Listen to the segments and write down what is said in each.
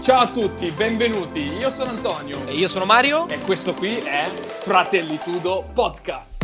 Ciao a tutti, benvenuti. Io sono Antonio. E io sono Mario. E questo qui è Fratellitudo Podcast.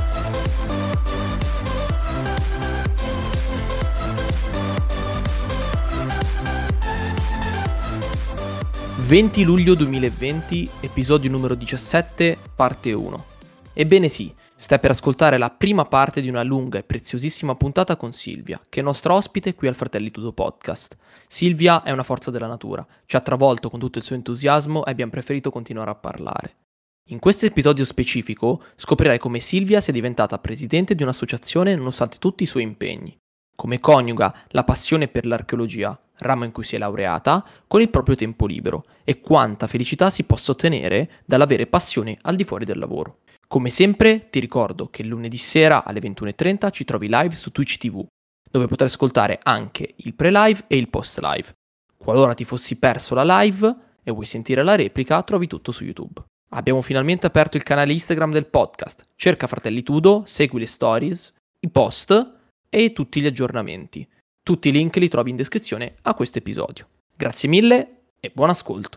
20 luglio 2020, episodio numero 17, parte 1. Ebbene sì, stai per ascoltare la prima parte di una lunga e preziosissima puntata con Silvia, che è nostra ospite qui al Fratellitudo Podcast. Silvia è una forza della natura, ci ha travolto con tutto il suo entusiasmo e abbiamo preferito continuare a parlare. In questo episodio specifico scoprirai come Silvia sia diventata presidente di un'associazione nonostante tutti i suoi impegni, come coniuga la passione per l'archeologia, ramo in cui si è laureata, con il proprio tempo libero e quanta felicità si possa ottenere dall'avere passione al di fuori del lavoro. Come sempre ti ricordo che lunedì sera alle 21:30 ci trovi live su Twitch TV, dove potrai ascoltare anche il pre-live e il post-live. Qualora ti fossi perso la live e vuoi sentire la replica, trovi tutto su YouTube. Abbiamo finalmente aperto il canale Instagram del podcast. Cerca Fratellitudo, segui le stories, i post e tutti gli aggiornamenti. Tutti i link li trovi in descrizione a questo episodio. Grazie mille e buon ascolto.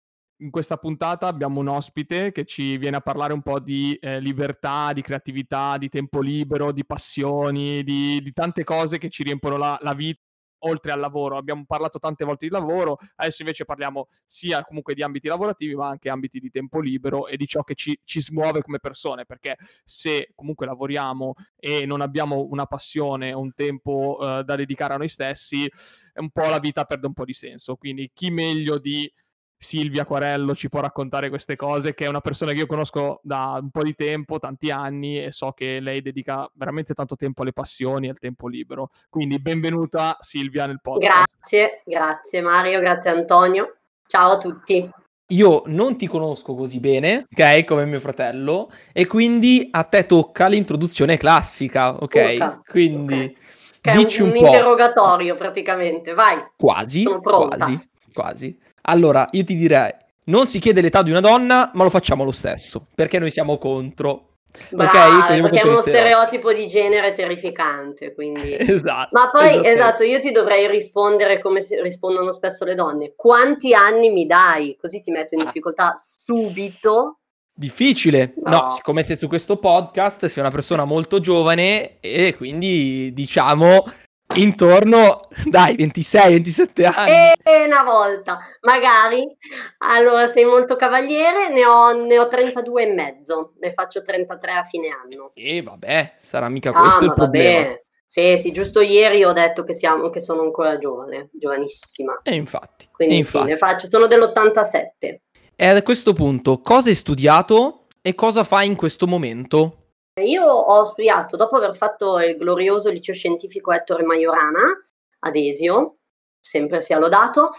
In questa puntata abbiamo un ospite che ci viene a parlare un po' di libertà, di creatività, di tempo libero, di passioni, di tante cose che ci riempiono la vita oltre al lavoro. Abbiamo parlato tante volte di lavoro, adesso invece parliamo sia comunque di ambiti lavorativi ma anche ambiti di tempo libero e di ciò che ci smuove come persone, perché se comunque lavoriamo e non abbiamo una passione, un tempo da dedicare a noi stessi, un po' la vita perde un po' di senso. Quindi chi meglio di Silvia Quarello ci può raccontare queste cose, che è una persona che io conosco da un po' di tempo, tanti anni, e so che lei dedica veramente tanto tempo alle passioni e al tempo libero. Quindi benvenuta Silvia nel podcast. Grazie Mario, grazie Antonio. Ciao a tutti. Io non ti conosco così bene, ok, come mio fratello, e quindi a te tocca l'introduzione classica, ok? Quindi che dici è un po'. Interrogatorio praticamente, vai. Quasi, sono pronta. quasi. Allora, io ti direi, non si chiede l'età di una donna, ma lo facciamo lo stesso, perché noi siamo contro. Bravo, okay? perché è uno stereotipo di genere terrificante, quindi... Esatto. Ma poi, esatto, io ti dovrei rispondere come rispondono spesso le donne. Quanti anni mi dai? Così ti metto in difficoltà subito. Difficile, no, siccome sei su questo podcast, sei una persona molto giovane e quindi diciamo intorno, dai, 26-27 anni. E una volta, magari. Allora, sei molto cavaliere, ne ho 32 e mezzo, ne faccio 33 a fine anno. E vabbè, sarà mica questo il problema. Vabbè. Sì, giusto ieri ho detto che sono ancora giovane, giovanissima. E infatti. Quindi sì, ne faccio, sono dell'87. E a questo punto, cosa hai studiato e cosa fai in questo momento? Io ho studiato, dopo aver fatto il glorioso liceo scientifico Ettore Majorana ad Esio, sempre sia lodato,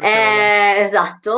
esatto,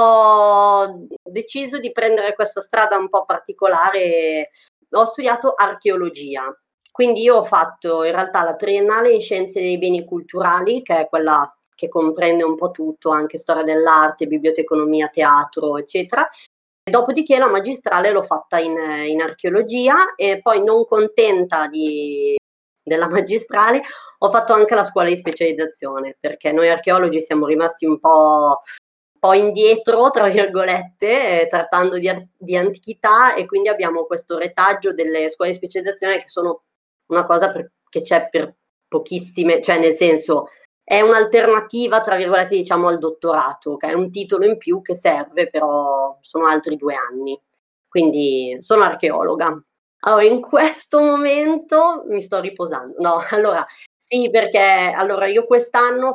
ho deciso di prendere questa strada un po' particolare, ho studiato archeologia, quindi io ho fatto in realtà la triennale in scienze dei beni culturali, che è quella che comprende un po' tutto, anche storia dell'arte, biblioteconomia, teatro, eccetera. Dopodiché la magistrale l'ho fatta in archeologia e poi, non contenta della magistrale, ho fatto anche la scuola di specializzazione, perché noi archeologi siamo rimasti un po' indietro, tra virgolette, trattando di antichità, e quindi abbiamo questo retaggio delle scuole di specializzazione che sono una cosa che c'è per pochissime, cioè nel senso è un'alternativa, tra virgolette, diciamo, al dottorato, che è un titolo in più che serve, però sono altri 2 anni. Quindi sono archeologa. Allora, in questo momento mi sto riposando. No, allora, sì, perché allora io quest'anno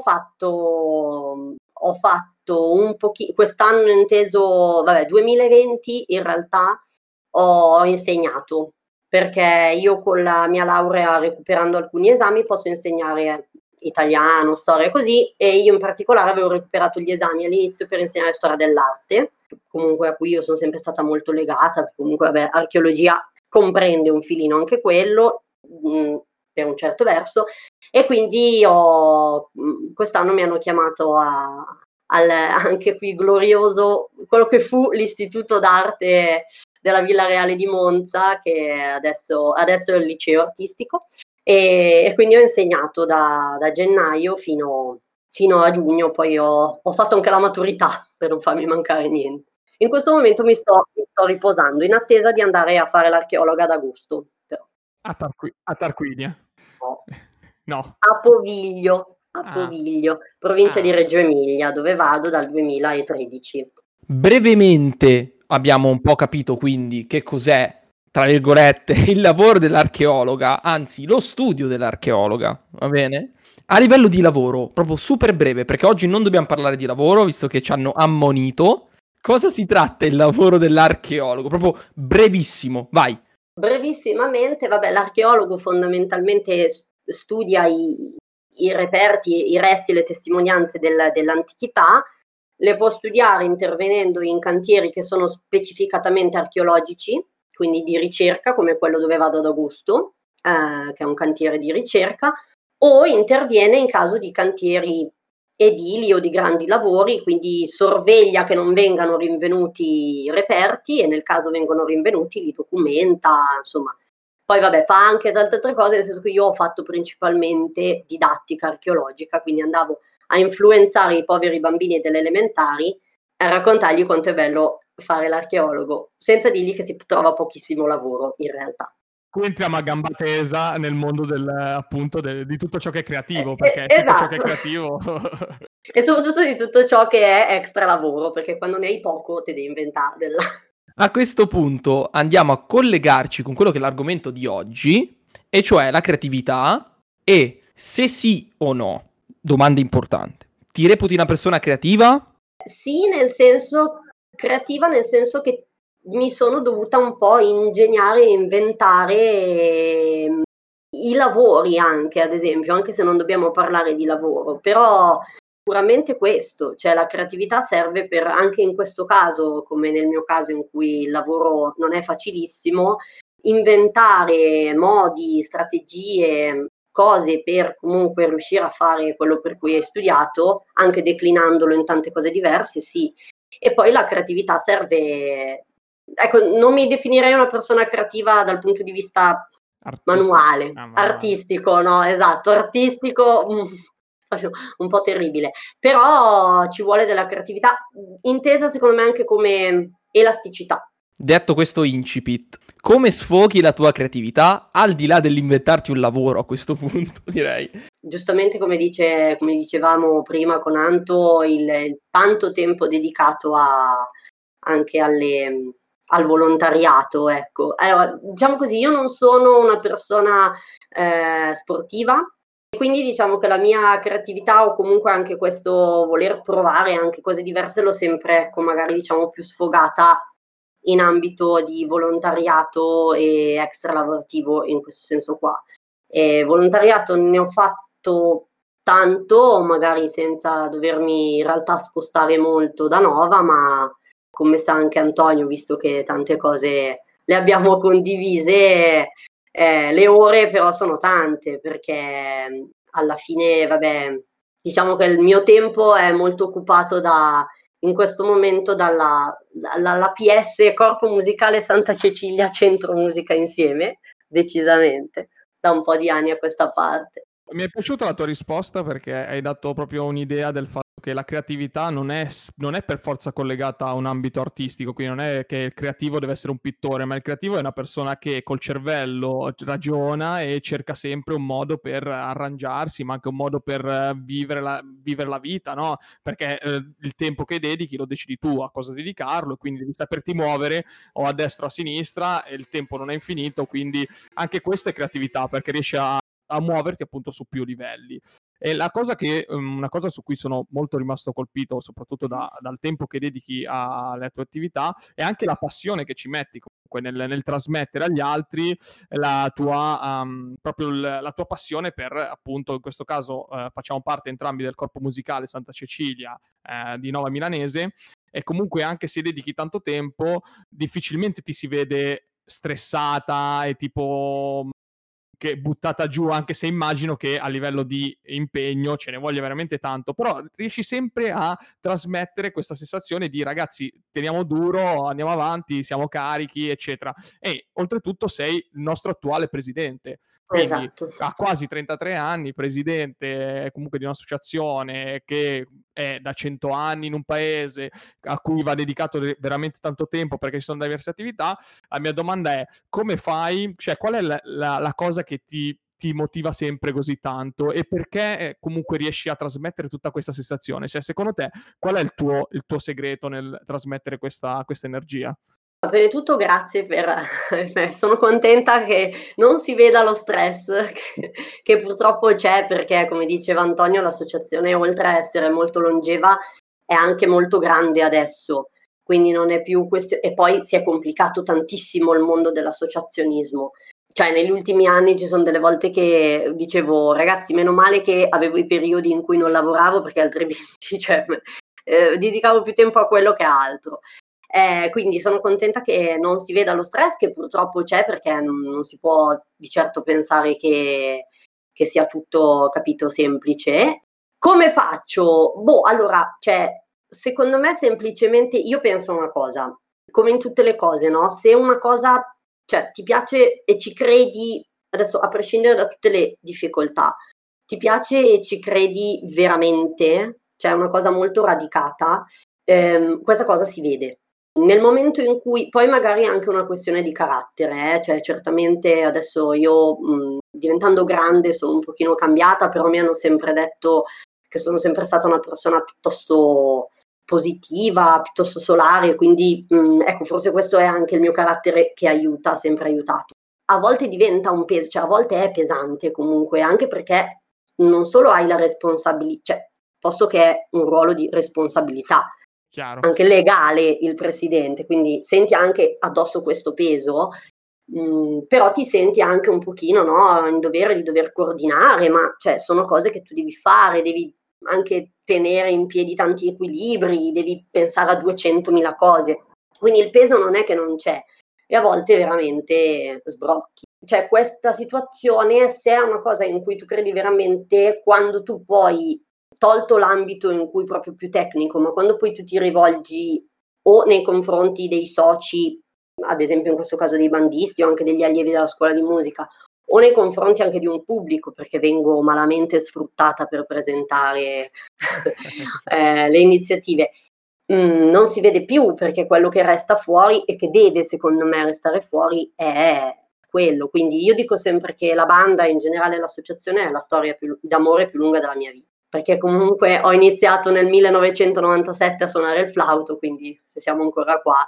ho fatto un pochino, quest'anno inteso, 2020 in realtà ho insegnato, perché io con la mia laurea, recuperando alcuni esami, posso insegnare italiano, storia, così, e io in particolare avevo recuperato gli esami all'inizio per insegnare storia dell'arte, comunque a cui io sono sempre stata molto legata, perché comunque archeologia comprende un filino anche quello, per un certo verso, e quindi quest'anno mi hanno chiamato anche qui glorioso, quello che fu l'Istituto d'Arte della Villa Reale di Monza, che adesso è il liceo artistico, e quindi ho insegnato da gennaio fino fino a giugno, poi ho fatto anche la maturità per non farmi mancare niente. In questo momento mi sto riposando in attesa di andare a fare l'archeologa ad agosto. Però. A Tarquinia? No. No. A Poviglio, Ah. provincia di Reggio Emilia, dove vado dal 2013. Brevemente abbiamo un po' capito quindi che cos'è, tra virgolette, il lavoro dell'archeologa, anzi lo studio dell'archeologa, va bene? A livello di lavoro, proprio super breve, perché oggi non dobbiamo parlare di lavoro, visto che ci hanno ammonito. Cosa si tratta il lavoro dell'archeologo? Proprio brevissimo, vai. Brevissimamente, vabbè, l'archeologo fondamentalmente studia i reperti, i resti, le testimonianze dell'antichità, le può studiare intervenendo in cantieri che sono specificatamente archeologici, quindi di ricerca, come quello dove vado ad agosto, che è un cantiere di ricerca, o interviene in caso di cantieri edili o di grandi lavori, quindi sorveglia che non vengano rinvenuti i reperti e nel caso vengono rinvenuti li documenta, insomma. Poi vabbè, fa anche tante altre cose, nel senso che io ho fatto principalmente didattica archeologica, quindi andavo a influenzare i poveri bambini delle elementari e a raccontargli quanto è bello fare l'archeologo, senza dirgli che si trova pochissimo lavoro in realtà. Qui entriamo a gamba tesa nel mondo appunto di tutto ciò che è creativo, perché tutto esatto. ciò che è creativo... E soprattutto di tutto ciò che è extra lavoro, perché quando ne hai poco te devi inventare A questo punto andiamo a collegarci con quello che è l'argomento di oggi, e cioè la creatività e se sì o no, domanda importante, ti reputi una persona creativa? Sì, nel senso creativa, nel senso che mi sono dovuta un po' ingegnare e inventare i lavori anche, ad esempio, anche se non dobbiamo parlare di lavoro, però sicuramente questo, cioè la creatività serve per, anche in questo caso, come nel mio caso in cui il lavoro non è facilissimo, inventare modi, strategie, cose per comunque riuscire a fare quello per cui hai studiato, anche declinandolo in tante cose diverse, sì. E poi la creatività serve, ecco, non mi definirei una persona creativa dal punto di vista manuale, artistico, no, esatto, artistico, un po' terribile, però ci vuole della creatività, intesa secondo me anche come elasticità. Detto questo incipit, come sfoghi la tua creatività al di là dell'inventarti un lavoro a questo punto, direi? Giustamente come dicevamo prima con Anto, il tanto tempo dedicato anche al volontariato, ecco. Allora, diciamo così, io non sono una persona sportiva, quindi diciamo che la mia creatività o comunque anche questo voler provare anche cose diverse l'ho sempre, ecco, magari diciamo più sfogata in ambito di volontariato e extra lavorativo in questo senso qua. Volontariato ne ho fatto tanto, magari senza dovermi in realtà spostare molto da Nova, ma come sa anche Antonio, visto che tante cose le abbiamo condivise, le ore però sono tante, perché alla fine, vabbè, diciamo che il mio tempo è molto occupato in questo momento dalla PS Corpo Musicale Santa Cecilia Centro Musica Insieme, decisamente, da un po' di anni a questa parte. Mi è piaciuta la tua risposta perché hai dato proprio un'idea del fatto che la creatività non è per forza collegata a un ambito artistico, quindi non è che il creativo deve essere un pittore, ma il creativo è una persona che col cervello ragiona e cerca sempre un modo per arrangiarsi, ma anche un modo per vivere la vita, no? Perché il tempo che dedichi lo decidi tu a cosa dedicarlo, quindi devi saperti muovere o a destra o a sinistra e il tempo non è infinito, quindi anche questa è creatività perché riesci a muoverti appunto su più livelli. E una cosa su cui sono molto rimasto colpito, soprattutto dal tempo che dedichi alle tue attività, è anche la passione che ci metti comunque nel trasmettere agli altri la tua passione per, appunto, in questo caso facciamo parte entrambi del corpo musicale Santa Cecilia di Nova Milanese, e comunque anche se dedichi tanto tempo difficilmente ti si vede stressata e tipo che buttata giù, anche se immagino che a livello di impegno ce ne voglia veramente tanto, però riesci sempre a trasmettere questa sensazione di ragazzi, teniamo duro, andiamo avanti, siamo carichi, eccetera. E oltretutto sei il nostro attuale presidente, quindi Esatto. ha quasi 33 anni, presidente comunque di un'associazione che è da 100 anni in un paese a cui va dedicato veramente tanto tempo perché ci sono diverse attività. La mia domanda è: come fai? Cioè, qual è la cosa che ti motiva sempre così tanto e perché comunque riesci a trasmettere tutta questa sensazione? Cioè, secondo te, qual è il tuo segreto nel trasmettere questa energia? Prima di tutto grazie sono contenta che non si veda lo stress che purtroppo c'è, perché come diceva Antonio l'associazione oltre a essere molto longeva è anche molto grande adesso, quindi non è più e poi si è complicato tantissimo il mondo dell'associazionismo. Cioè negli ultimi anni ci sono delle volte che dicevo ragazzi meno male che avevo i periodi in cui non lavoravo perché altrimenti dedicavo più tempo a quello che a altro. Quindi sono contenta che non si veda lo stress che purtroppo c'è, perché non si può di certo pensare che sia tutto, capito, semplice. Come faccio? Allora, cioè, secondo me semplicemente io penso una cosa, come in tutte le cose, no? Se una cosa, cioè, ti piace e ci credi, adesso a prescindere da tutte le difficoltà, ti piace e ci credi veramente, cioè è una cosa molto radicata, questa cosa si vede. Nel momento in cui, poi magari è anche una questione di carattere, cioè certamente adesso io diventando grande sono un pochino cambiata, però mi hanno sempre detto che sono sempre stata una persona piuttosto positiva, piuttosto solare, quindi ecco, forse questo è anche il mio carattere che aiuta, ha sempre aiutato. A volte diventa un peso, cioè a volte è pesante comunque, anche perché non solo hai la responsabilità, cioè posto che è un ruolo di responsabilità, Chiaro. anche legale il presidente, quindi senti anche addosso questo peso, però ti senti anche un pochino, no, in dovere di dover coordinare, ma cioè sono cose che tu devi fare, devi anche tenere in piedi tanti equilibri, devi pensare a 200.000 cose, quindi il peso non è che non c'è e a volte veramente sbrocchi. Cioè questa situazione, se è una cosa in cui tu credi veramente, quando tu poi, tolto l'ambito in cui proprio più tecnico, ma quando poi tu ti rivolgi o nei confronti dei soci, ad esempio in questo caso dei bandisti o anche degli allievi della scuola di musica, o nei confronti anche di un pubblico, perché vengo malamente sfruttata per presentare le iniziative, non si vede più, perché quello che resta fuori e che deve secondo me restare fuori è quello. Quindi io dico sempre che la banda, in generale l'associazione, è la storia d'amore più lunga della mia vita, perché comunque ho iniziato nel 1997 a suonare il flauto, quindi se siamo ancora qua,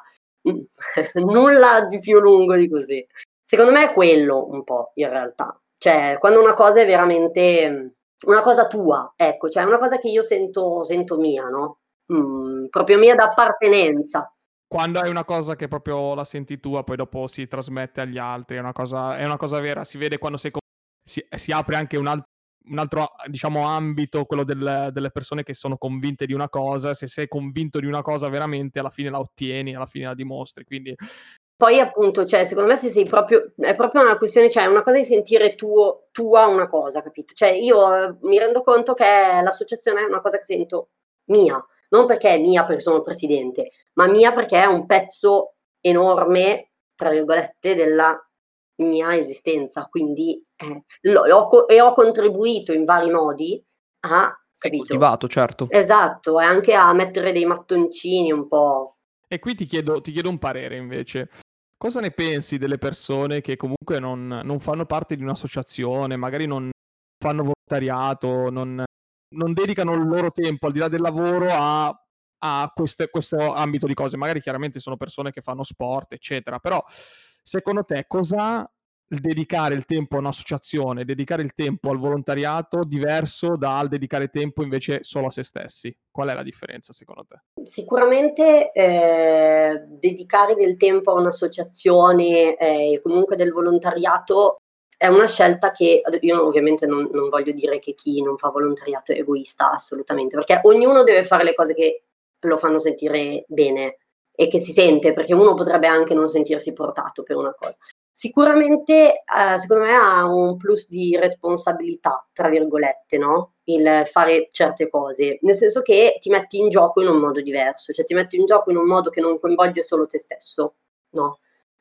nulla di più lungo di così. Secondo me è quello un po' in realtà, cioè quando una cosa è veramente una cosa tua, ecco, cioè una cosa che io sento mia, no? Proprio mia d'appartenenza. Quando hai una cosa che proprio la senti tua, poi dopo si trasmette agli altri, è una cosa vera, si vede quando si apre anche un altro, diciamo, ambito, quello delle persone che sono convinte di una cosa. Se sei convinto di una cosa veramente, alla fine la ottieni, alla fine la dimostri, quindi Poi appunto, cioè secondo me se sei proprio è proprio una questione, cioè è una cosa di sentire tua una cosa, capito? Cioè io mi rendo conto che l'associazione è una cosa che sento mia, non perché è mia perché sono il presidente, ma mia perché è un pezzo enorme, tra virgolette, della mia esistenza, quindi ho contribuito in vari modi a, È capito? coltivato, certo. Esatto, e anche a mettere dei mattoncini un po'. E qui ti chiedo un parere invece. Cosa ne pensi delle persone che comunque non fanno parte di un'associazione, magari non fanno volontariato, non dedicano il loro tempo al di là del lavoro a questo ambito di cose? Magari chiaramente sono persone che fanno sport, eccetera, però secondo te cos'ha il dedicare il tempo a un'associazione, dedicare il tempo al volontariato diverso dal dedicare tempo invece solo a se stessi? Qual è la differenza secondo te? Sicuramente dedicare del tempo a un'associazione e comunque del volontariato è una scelta che io ovviamente non voglio dire che chi non fa volontariato è egoista, assolutamente, perché ognuno deve fare le cose che lo fanno sentire bene e che si sente, perché uno potrebbe anche non sentirsi portato per una cosa. Sicuramente, secondo me ha un plus di responsabilità, tra virgolette, no? Il fare certe cose, nel senso che ti metti in gioco in un modo diverso, cioè ti metti in gioco in un modo che non coinvolge solo te stesso, no?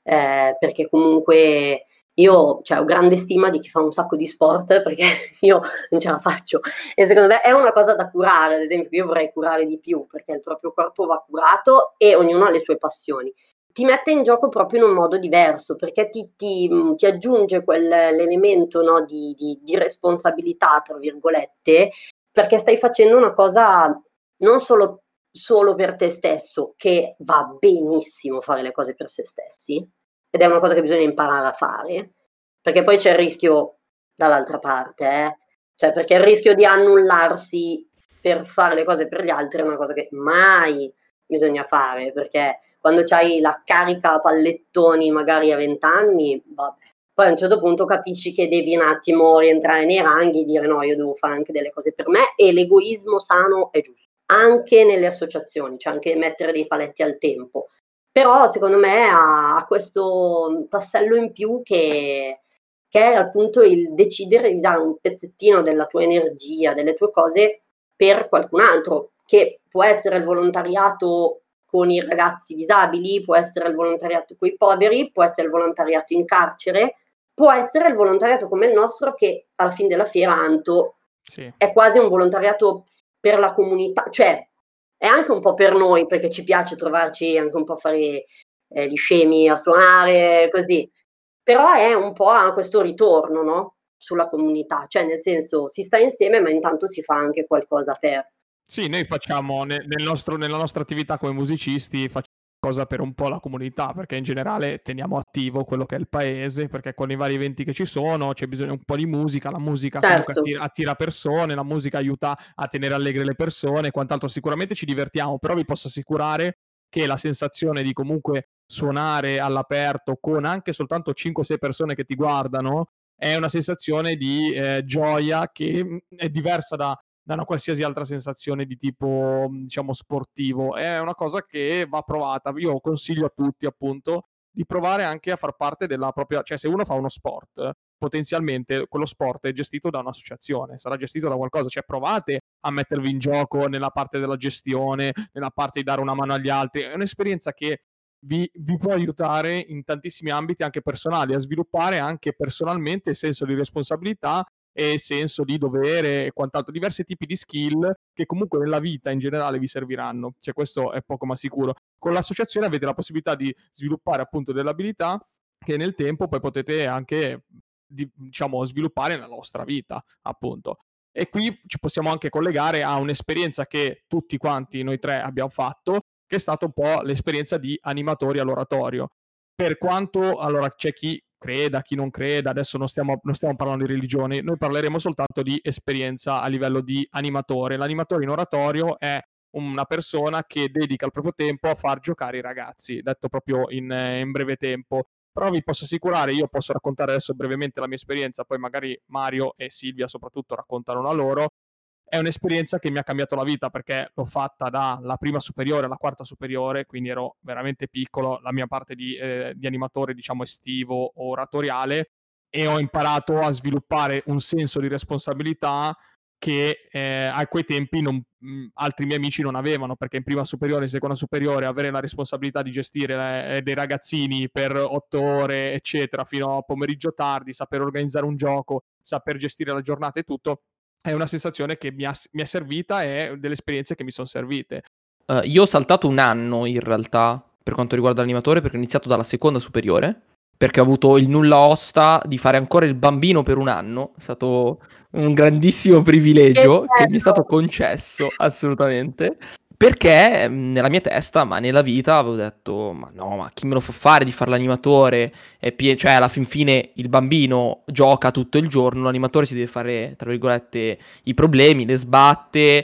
Perché comunque io, cioè, ho grande stima di chi fa un sacco di sport, perché io non ce la faccio. E secondo me è una cosa da curare, ad esempio io vorrei curare di più, perché il proprio corpo va curato e ognuno ha le sue passioni. Ti mette in gioco proprio in un modo diverso, perché ti aggiunge quell'elemento, no, di responsabilità, tra virgolette, perché stai facendo una cosa non solo per te stesso, che va benissimo fare le cose per se stessi, ed è una cosa che bisogna imparare a fare, perché poi c'è il rischio dall'altra parte, cioè perché il rischio di annullarsi per fare le cose per gli altri è una cosa che mai bisogna fare, perché quando c'hai la carica a pallettoni magari a 20 anni, vabbè. Poi a un certo punto capisci che devi un attimo rientrare nei ranghi e dire no, io devo fare anche delle cose per me, e l'egoismo sano è giusto, anche nelle associazioni, cioè anche mettere dei paletti al tempo. Però secondo me ha questo tassello in più che è appunto il decidere di dare un pezzettino della tua energia, delle tue cose per qualcun altro, che può essere il volontariato con i ragazzi disabili, può essere il volontariato con i poveri, può essere il volontariato in carcere, può essere il volontariato come il nostro, che alla fine della fiera, Anto, Sì. è quasi un volontariato per la comunità, cioè è anche un po' per noi, perché ci piace trovarci anche un po' a fare gli scemi, a suonare, così. Però è un po' a questo ritorno, no? Sulla comunità, cioè nel senso si sta insieme ma intanto si fa anche qualcosa per. Sì, noi facciamo nella nostra attività come musicisti, facciamo cosa per un po' la comunità, perché in generale teniamo attivo quello che è il paese, perché con i vari eventi che ci sono c'è bisogno un po' di musica, la musica comunque Certo, attira persone, la musica aiuta a tenere allegre le persone e quant'altro. Sicuramente ci divertiamo, però vi posso assicurare che la sensazione di comunque suonare all'aperto con anche soltanto 5-6 persone che ti guardano è una sensazione di gioia che è diversa da una qualsiasi altra sensazione di tipo, diciamo, sportivo. È una cosa che va provata. Io consiglio a tutti, appunto, di provare anche a far parte della propria, cioè se uno fa uno sport, potenzialmente quello sport è gestito da un'associazione, sarà gestito da qualcosa, cioè provate a mettervi in gioco nella parte della gestione, nella parte di dare una mano agli altri. È un'esperienza che vi può aiutare in tantissimi ambiti anche personali, a sviluppare anche personalmente il senso di responsabilità e senso di dovere e quant'altro, diversi tipi di skill che comunque nella vita in generale vi serviranno, cioè questo è poco ma sicuro. Con l'associazione avete la possibilità di sviluppare appunto delle abilità che nel tempo poi potete anche diciamo sviluppare nella vostra vita, appunto. E qui ci possiamo anche collegare a un'esperienza che tutti quanti noi tre abbiamo fatto, che è stata un po' l'esperienza di animatori all'oratorio. Per quanto allora c'è chi creda, chi non creda, adesso non stiamo parlando di religione, noi parleremo soltanto di esperienza a livello di animatore. L'animatore in oratorio è una persona che dedica il proprio tempo a far giocare i ragazzi, detto proprio in breve tempo. Però vi posso assicurare, io posso raccontare adesso brevemente la mia esperienza, poi magari Mario e Silvia soprattutto raccontano la loro. È un'esperienza che mi ha cambiato la vita perché l'ho fatta dalla prima superiore alla quarta superiore, quindi ero veramente piccolo, la mia parte di animatore diciamo estivo o oratoriale, e ho imparato a sviluppare un senso di responsabilità che a quei tempi altri miei amici non avevano, perché in prima superiore e in seconda superiore avere la responsabilità di gestire dei ragazzini per 8 ore eccetera fino a pomeriggio tardi, saper organizzare un gioco, saper gestire la giornata e tutto, è una sensazione che mi è servita e delle esperienze che mi sono servite. Io ho saltato un anno in realtà per quanto riguarda l'animatore, perché ho iniziato dalla seconda superiore, perché ho avuto il nulla osta di fare ancora il bambino per un anno. È stato un grandissimo che privilegio che mi è stato bello! concesso, assolutamente. Perché nella mia testa, ma nella vita, avevo detto: ma no, ma chi me lo fa fare di fare l'animatore? Cioè, alla fin fine il bambino gioca tutto il giorno, l'animatore si deve fare, tra virgolette, i problemi, le sbatte,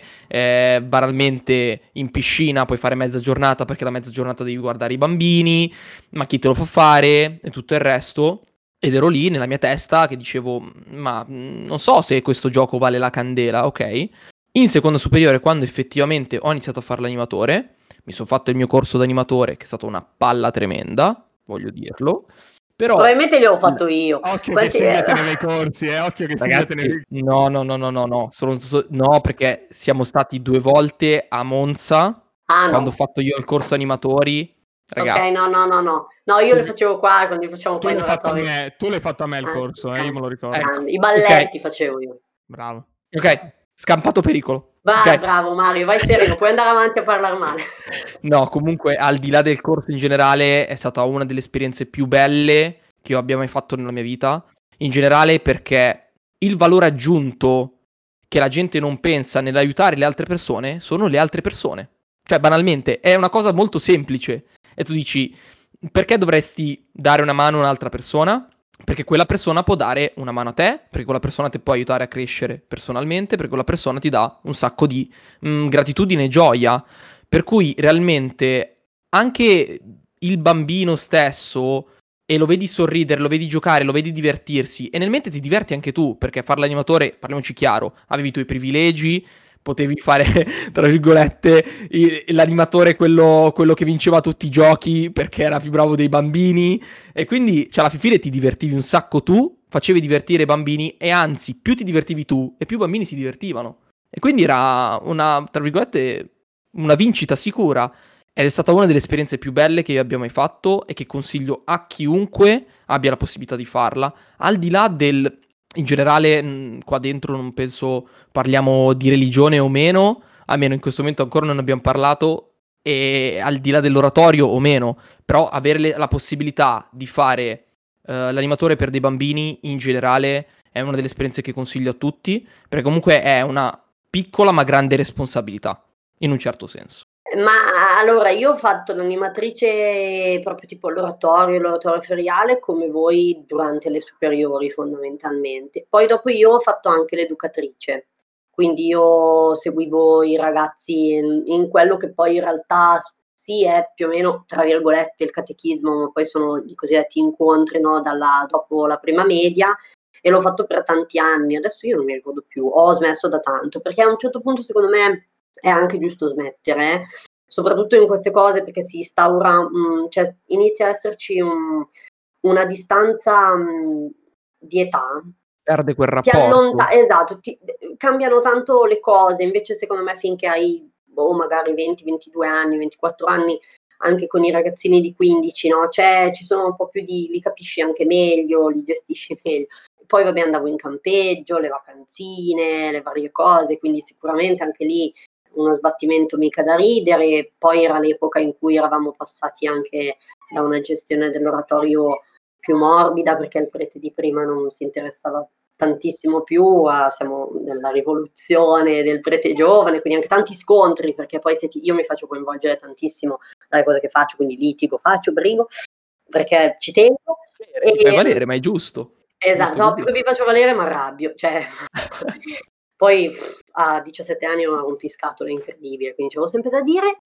banalmente in piscina puoi fare mezza giornata perché la mezza giornata devi guardare i bambini, ma chi te lo fa fare e tutto il resto. Ed ero lì nella mia testa che dicevo: ma non so se questo gioco vale la candela, ok? In seconda superiore, quando effettivamente ho iniziato a fare l'animatore, mi sono fatto il mio corso d'animatore, che è stata una palla tremenda, voglio dirlo. Però probabilmente gliel'ho fatto io. Occhio Quanti- che Silvia tiene nei corsi, occhio che Silvia tiene ragazzi, nei... no, no, perché siamo stati 2 volte a Monza Ah quando ho no, fatto io il corso animatori. ok, Ragazzi, no, io le Silvia, facevo qua quando li facciamo tu qua in l'hai fatto a oratorio. me, tu l'hai fatto a me il corso, io me lo ricordo. ecco, Grandi. I ok, balletti facevo io. Bravo. ok, scampato pericolo. Vai, Ok. bravo Mario, vai sereno, puoi andare avanti a parlare male. No, comunque, al di là del corso in generale, è stata una delle esperienze più belle che io abbia mai fatto nella mia vita. In generale, perché il valore aggiunto che la gente non pensa nell'aiutare le altre persone sono le altre persone. Cioè, banalmente, è una cosa molto semplice. E tu dici, perché dovresti dare una mano a un'altra persona? Perché quella persona può dare una mano a te, perché quella persona ti può aiutare a crescere personalmente, perché quella persona ti dà un sacco di gratitudine e gioia. Per cui realmente anche il bambino stesso, e lo vedi sorridere, lo vedi giocare, lo vedi divertirsi, e nel mente ti diverti anche tu, perché fare l'animatore, parliamoci chiaro, avevi i tuoi privilegi, potevi fare, tra virgolette, l'animatore quello che vinceva tutti i giochi perché era più bravo dei bambini, e quindi, cioè, alla fine ti divertivi un sacco tu, facevi divertire i bambini, e anzi, più ti divertivi tu, e più i bambini si divertivano. E quindi era una, tra virgolette, una vincita sicura, ed è stata una delle esperienze più belle che io abbia mai fatto e che consiglio a chiunque abbia la possibilità di farla, al di là del, in generale, qua dentro non penso parliamo di religione o meno, almeno in questo momento ancora non abbiamo parlato, e al di là dell'oratorio o meno, però avere la possibilità di fare l'animatore per dei bambini in generale è una delle esperienze che consiglio a tutti, perché comunque è una piccola ma grande responsabilità, in un certo senso. Ma allora io ho fatto l'animatrice proprio tipo l'oratorio feriale come voi durante le superiori fondamentalmente. Poi dopo io ho fatto anche l'educatrice, quindi io seguivo i ragazzi in quello che poi in realtà sì è più o meno tra virgolette il catechismo, ma poi sono i cosiddetti incontri, no, dopo la prima media, e l'ho fatto per tanti anni. Adesso io non mi ricordo più, ho smesso da tanto, perché a un certo punto secondo me è anche giusto smettere, soprattutto in queste cose, perché si instaura, cioè inizia a esserci una distanza di età. Perde quel Ti rapporto. esatto, cambiano tanto le cose, invece secondo me finché hai magari 20, 22 anni, 24 anni, anche con i ragazzini di 15, no? Ci sono un po' più li capisci anche meglio, li gestisci meglio. Poi vabbè, andavo in campeggio, le vacanzine, le varie cose, quindi sicuramente anche lì uno sbattimento mica da ridere. Poi era l'epoca in cui eravamo passati anche da una gestione dell'oratorio più morbida, perché il prete di prima non si interessava tantissimo più, siamo nella rivoluzione del prete giovane, quindi anche tanti scontri, perché poi io mi faccio coinvolgere tantissimo dalle cose che faccio, quindi litigo, brigo, perché ci tengo. Ti fai valere, ma è giusto. Esatto, Giusto no, più così. che mi faccio valere mi arrabbio, cioè poi a 17 anni ho un rompiscatole incredibile, quindi c'avevo sempre da dire.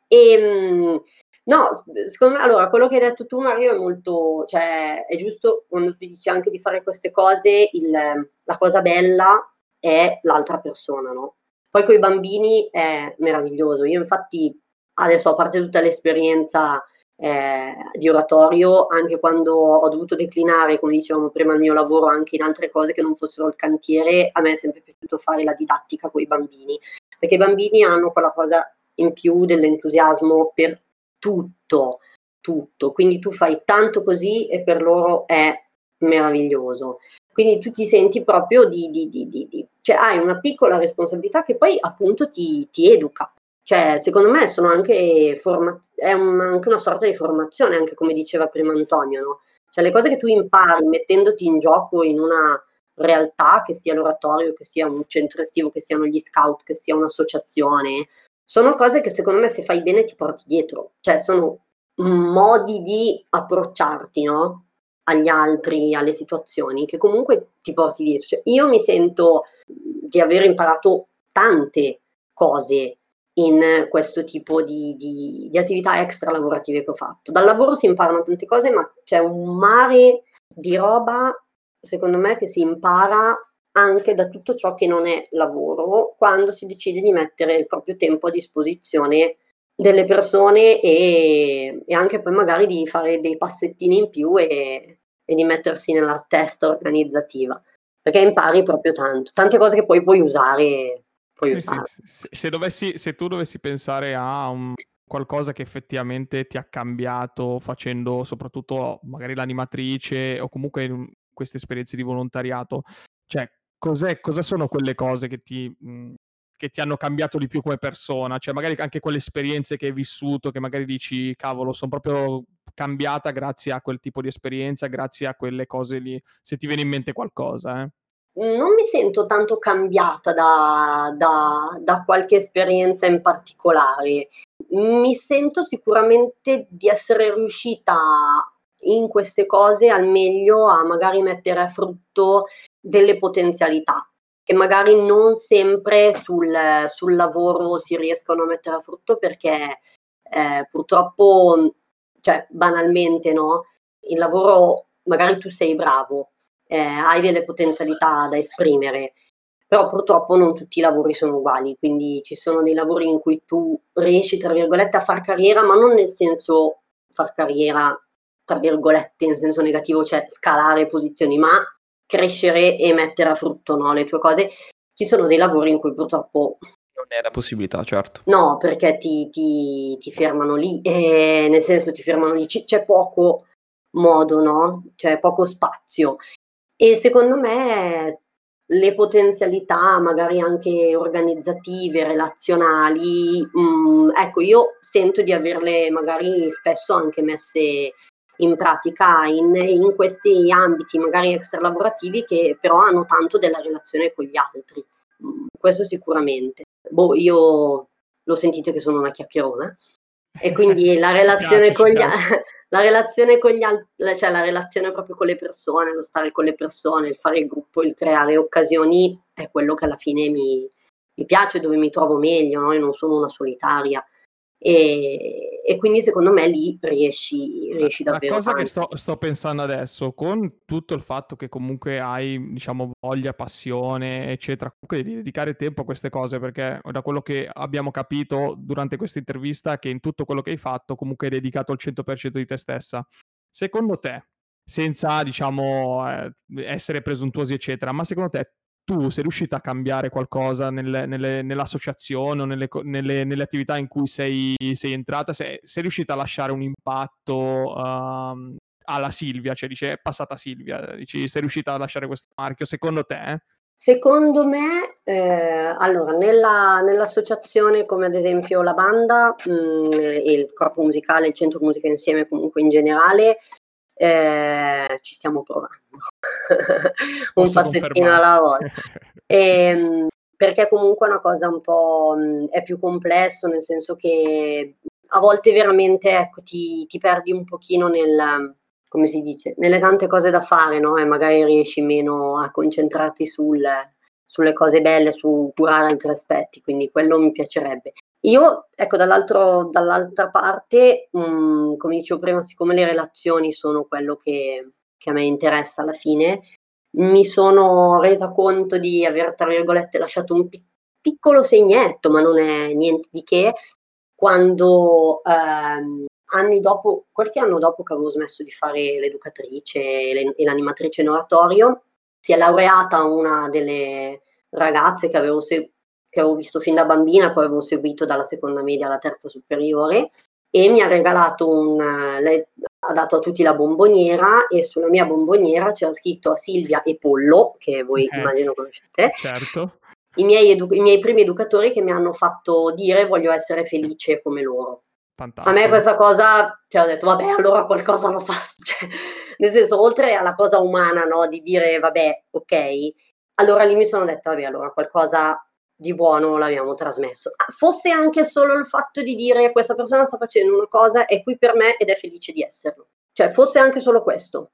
No, secondo me, allora, quello che hai detto tu Mario è molto, cioè è giusto quando tu dici anche di fare queste cose, la cosa bella è l'altra persona, no? Poi con i bambini è meraviglioso. Io infatti adesso, a parte tutta l'esperienza di oratorio, anche quando ho dovuto declinare, come dicevamo prima, il mio lavoro anche in altre cose che non fossero il cantiere, a me è sempre piaciuto fare la didattica con i bambini, perché i bambini hanno quella cosa in più dell'entusiasmo per tutto, quindi tu fai tanto così e per loro è meraviglioso. Quindi tu ti senti proprio cioè hai una piccola responsabilità che poi appunto ti educa. Cioè, secondo me sono anche anche una sorta di formazione, anche come diceva prima Antonio, no? Cioè le cose che tu impari mettendoti in gioco in una realtà, che sia l'oratorio, che sia un centro estivo, che siano gli scout, che sia un'associazione, sono cose che secondo me se fai bene ti porti dietro. Cioè sono modi di approcciarti, no? Agli altri, alle situazioni, che comunque ti porti dietro. Cioè, io mi sento di aver imparato tante cose in questo tipo di attività extra lavorative che ho fatto. Dal lavoro si imparano tante cose, ma c'è un mare di roba, secondo me, che si impara anche da tutto ciò che non è lavoro, quando si decide di mettere il proprio tempo a disposizione delle persone e anche poi magari di fare dei passettini in più e e di mettersi nella testa organizzativa, perché impari proprio tante cose che poi puoi usare. Se tu dovessi pensare a qualcosa che effettivamente ti ha cambiato facendo soprattutto magari l'animatrice o comunque in queste esperienze di volontariato, cioè cosa sono quelle cose che ti hanno cambiato di più come persona? Cioè magari anche quelle esperienze che hai vissuto, che magari dici, cavolo, sono proprio cambiata grazie a quel tipo di esperienza, grazie a quelle cose lì, se ti viene in mente qualcosa, Non mi sento tanto cambiata da qualche esperienza in particolare. Mi sento sicuramente di essere riuscita in queste cose al meglio a magari mettere a frutto delle potenzialità che magari non sempre sul lavoro si riescono a mettere a frutto, perché purtroppo, cioè banalmente, no? Il lavoro, magari tu sei bravo, hai delle potenzialità da esprimere, però purtroppo non tutti i lavori sono uguali, quindi ci sono dei lavori in cui tu riesci, tra virgolette, a far carriera, ma non nel senso far carriera, tra virgolette, in senso negativo, cioè scalare posizioni, ma crescere e mettere a frutto, no, le tue cose. Ci sono dei lavori in cui purtroppo non è la possibilità, certo. No, perché ti fermano lì, nel senso ti fermano lì, c'è poco modo, no? C'è poco spazio. E secondo me le potenzialità, magari anche organizzative, relazionali, ecco, io sento di averle magari spesso anche messe in pratica in questi ambiti, magari extralavorativi, che però hanno tanto della relazione con gli altri. Questo sicuramente. Io lo sentite che sono una chiacchierona, e quindi la relazione con gli altri, la relazione proprio con le persone, lo stare con le persone, il fare il gruppo, il creare occasioni è quello che alla fine mi piace, dove mi trovo meglio, no? Io non sono una solitaria, e quindi secondo me lì riesci davvero. La cosa che sto pensando adesso, con tutto il fatto che comunque hai, diciamo, voglia, passione, eccetera, comunque di dedicare tempo a queste cose, perché da quello che abbiamo capito durante questa intervista, che in tutto quello che hai fatto comunque hai dedicato il 100% di te stessa. Secondo te, senza, diciamo, essere presuntuosi, eccetera, ma secondo te tu sei riuscita a cambiare qualcosa nell'associazione o nelle attività in cui sei entrata? Sei riuscita a lasciare un impatto alla Silvia? Cioè, dice, è passata Silvia, dici, sei riuscita a lasciare questo marchio? Secondo te? Secondo me, allora, nell'associazione, come ad esempio la banda, il corpo musicale, il centro musica insieme, comunque in generale, ci stiamo provando un passettino alla volta, perché comunque è una cosa un po' è più complesso, nel senso che a volte veramente, ecco, ti perdi un pochino come si dice, nelle tante cose da fare, no? E magari riesci meno a concentrarti sulle cose belle, su curare altri aspetti, quindi quello mi piacerebbe. Io, ecco, dall'altra parte, come dicevo prima, siccome le relazioni sono quello che a me interessa alla fine, mi sono resa conto di aver, tra virgolette, lasciato un piccolo segnetto, ma non è niente di che, quando anni dopo, qualche anno dopo che avevo smesso di fare l'educatrice e l'animatrice in oratorio, si è laureata una delle ragazze che avevo visto fin da bambina, poi avevo seguito dalla seconda media alla terza superiore, e mi ha regalato lei ha dato a tutti la bomboniera, e sulla mia bomboniera c'era scritto a Silvia e Pollo, che voi immagino conoscete. Certo. I miei primi educatori, che mi hanno fatto dire voglio essere felice come loro. Fantastico. A me questa cosa, cioè, ho detto vabbè, allora qualcosa lo faccio, cioè, nel senso, oltre alla cosa umana, no, di dire vabbè, ok, allora lì mi sono detta vabbè, allora qualcosa di buono l'abbiamo trasmesso. Fosse anche solo il fatto di dire questa persona sta facendo una cosa, è qui per me ed è felice di esserlo. Cioè, fosse anche solo questo.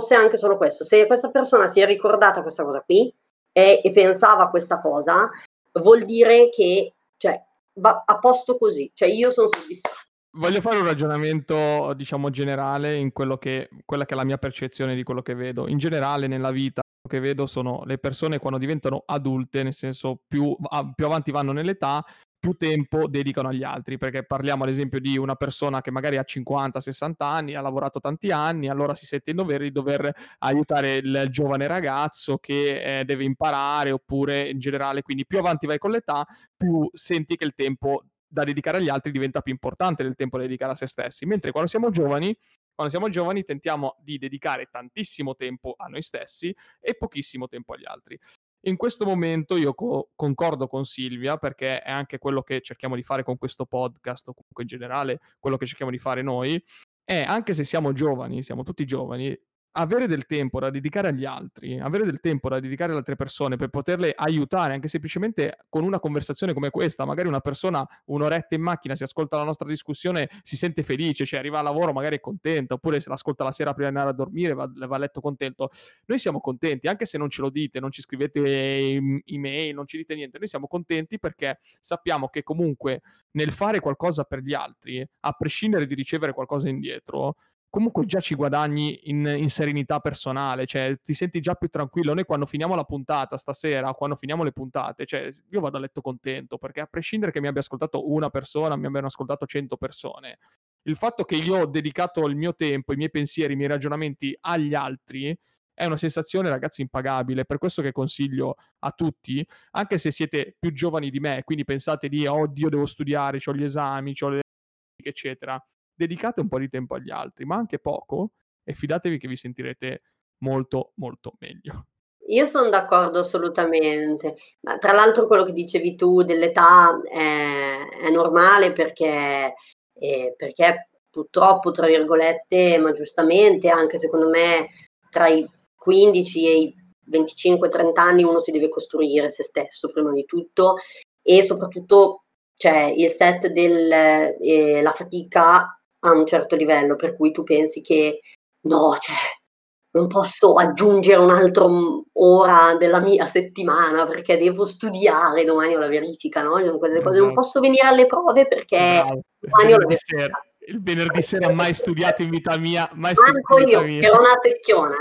Se questa persona si è ricordata questa cosa qui e pensava a questa cosa, vuol dire che, cioè, va a posto così. Cioè, io sono soddisfatta. Voglio fare un ragionamento, diciamo, generale in quella che è la mia percezione di quello che vedo. In generale nella vita, quello che vedo sono le persone quando diventano adulte, nel senso più avanti vanno nell'età, più tempo dedicano agli altri, perché parliamo ad esempio di una persona che magari ha 50-60 anni, ha lavorato tanti anni, allora si sente in dovere di dover aiutare il giovane ragazzo che deve imparare, oppure in generale, quindi più avanti vai con l'età, più senti che il tempo da dedicare agli altri diventa più importante del tempo da dedicare a se stessi, mentre quando siamo giovani tentiamo di dedicare tantissimo tempo a noi stessi e pochissimo tempo agli altri. In questo momento io concordo con Silvia, perché è anche quello che cerchiamo di fare con questo podcast, o comunque in generale quello che cerchiamo di fare noi, è, anche se siamo giovani, siamo tutti giovani, avere del tempo da dedicare agli altri, avere del tempo da dedicare alle altre persone per poterle aiutare, anche semplicemente con una conversazione come questa. Magari una persona un'oretta in macchina si ascolta la nostra discussione, si sente felice, cioè arriva al lavoro magari è contenta, oppure se l'ascolta la sera prima di andare a dormire va a letto contento. Noi siamo contenti, anche se non ce lo dite, non ci scrivete email, non ci dite niente, noi siamo contenti perché sappiamo che comunque nel fare qualcosa per gli altri, a prescindere di ricevere qualcosa indietro, comunque già ci guadagni in serenità personale, cioè ti senti già più tranquillo. Noi quando finiamo la puntata stasera, quando finiamo le puntate, cioè io vado a letto contento, perché a prescindere che mi abbia ascoltato una persona, mi abbiano ascoltato 100 persone, il fatto che io ho dedicato il mio tempo, i miei pensieri, i miei ragionamenti agli altri è una sensazione, ragazzi, impagabile. Per questo che consiglio a tutti, anche se siete più giovani di me, quindi pensate di oddio devo studiare, c'ho gli esami, c'ho le eccetera, dedicate un po' di tempo agli altri, ma anche poco, e fidatevi che vi sentirete molto molto meglio. Io son d'accordo assolutamente. Ma tra l'altro quello che dicevi tu dell'età è normale perché purtroppo, tra virgolette, ma giustamente, anche secondo me tra i 15 e i 25-30 anni uno si deve costruire se stesso prima di tutto, e soprattutto cioè il set la fatica a un certo livello, per cui tu pensi che no, cioè non posso aggiungere un altro ora della mia settimana perché devo studiare, domani ho la verifica, no? Quelle cose, non Esatto. posso venire alle prove perché Bravo. domani ho la verifica. Il venerdì sera mai studiato in vita mia, mai Manco studiato in vita io, mia. che ero una secchiona,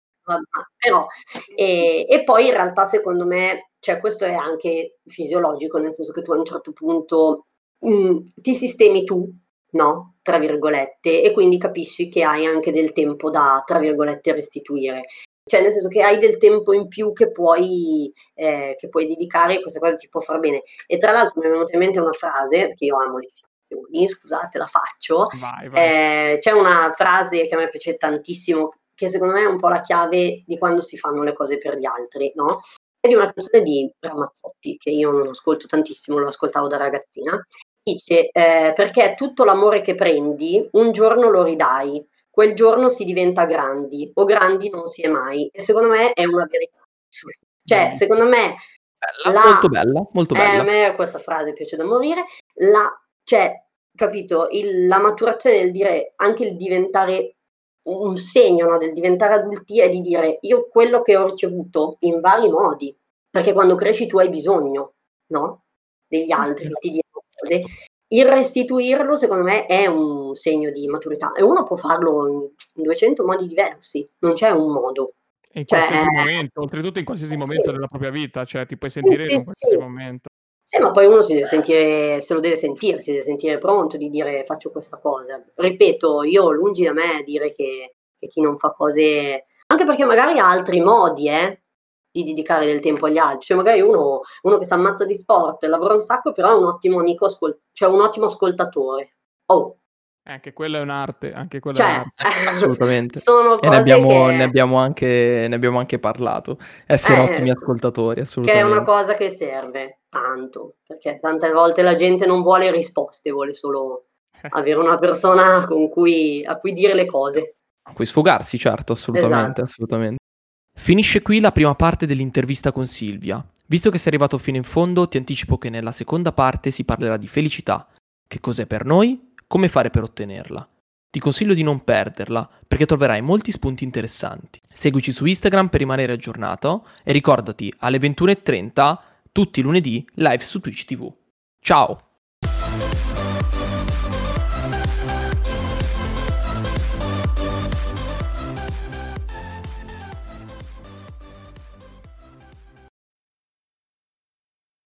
però e poi in realtà secondo me, cioè questo è anche fisiologico, nel senso che tu a un certo punto ti sistemi tu, no? Tra virgolette, e quindi capisci che hai anche del tempo da, tra virgolette, restituire. Cioè nel senso che hai del tempo in più che puoi dedicare, e questa cosa ti può far bene. E tra l'altro mi è venuta in mente una frase, che io amo le citazioni, scusate, la faccio. Vai. C'è una frase che a me piace tantissimo, che secondo me è un po' la chiave di quando si fanno le cose per gli altri, no? È di una canzone di Ramazzotti, che io non ascolto tantissimo, lo ascoltavo da ragazzina. Dice, perché tutto l'amore che prendi, un giorno lo ridai, quel giorno si diventa grandi, o grandi non si è mai. E secondo me è una verità. Cioè, secondo me... Molto bella, molto bella. A me questa frase piace da morire. Cioè, capito, la maturazione del dire, anche il diventare un segno, no, del diventare adulti, è di dire io quello che ho ricevuto in vari modi, perché quando cresci tu hai bisogno, no? Degli altri che ti diano cose. Il restituirlo secondo me è un segno di maturità, e uno può farlo in 200 modi diversi, non c'è un modo. E in qualsiasi momento, oltretutto in qualsiasi momento della propria vita, cioè ti puoi sentire in un qualsiasi momento. Sì, ma poi uno si deve sentire, se lo deve sentire, si deve sentire pronto di dire faccio questa cosa. Ripeto, io lungi da me dire che chi non fa cose, anche perché magari ha altri modi di dedicare del tempo agli altri. Cioè magari uno che si ammazza di sport, lavora un sacco, però è un ottimo amico, cioè un ottimo ascoltatore. Anche quella è un'arte, assolutamente. Sono cose ne abbiamo anche parlato. Essere ottimi ascoltatori, assolutamente. Che è una cosa che serve tanto, perché tante volte la gente non vuole risposte, vuole solo avere una persona a cui dire le cose. A cui sfogarsi, certo, assolutamente, Esatto. assolutamente. Finisce qui la prima parte dell'intervista con Silvia. Visto che sei arrivato fino in fondo, ti anticipo che nella seconda parte si parlerà di felicità. Che cos'è per noi? Come fare per ottenerla? Ti consiglio di non perderla, perché troverai molti spunti interessanti. Seguici su Instagram per rimanere aggiornato e ricordati, alle 21:30, tutti i lunedì, live su Twitch TV. Ciao!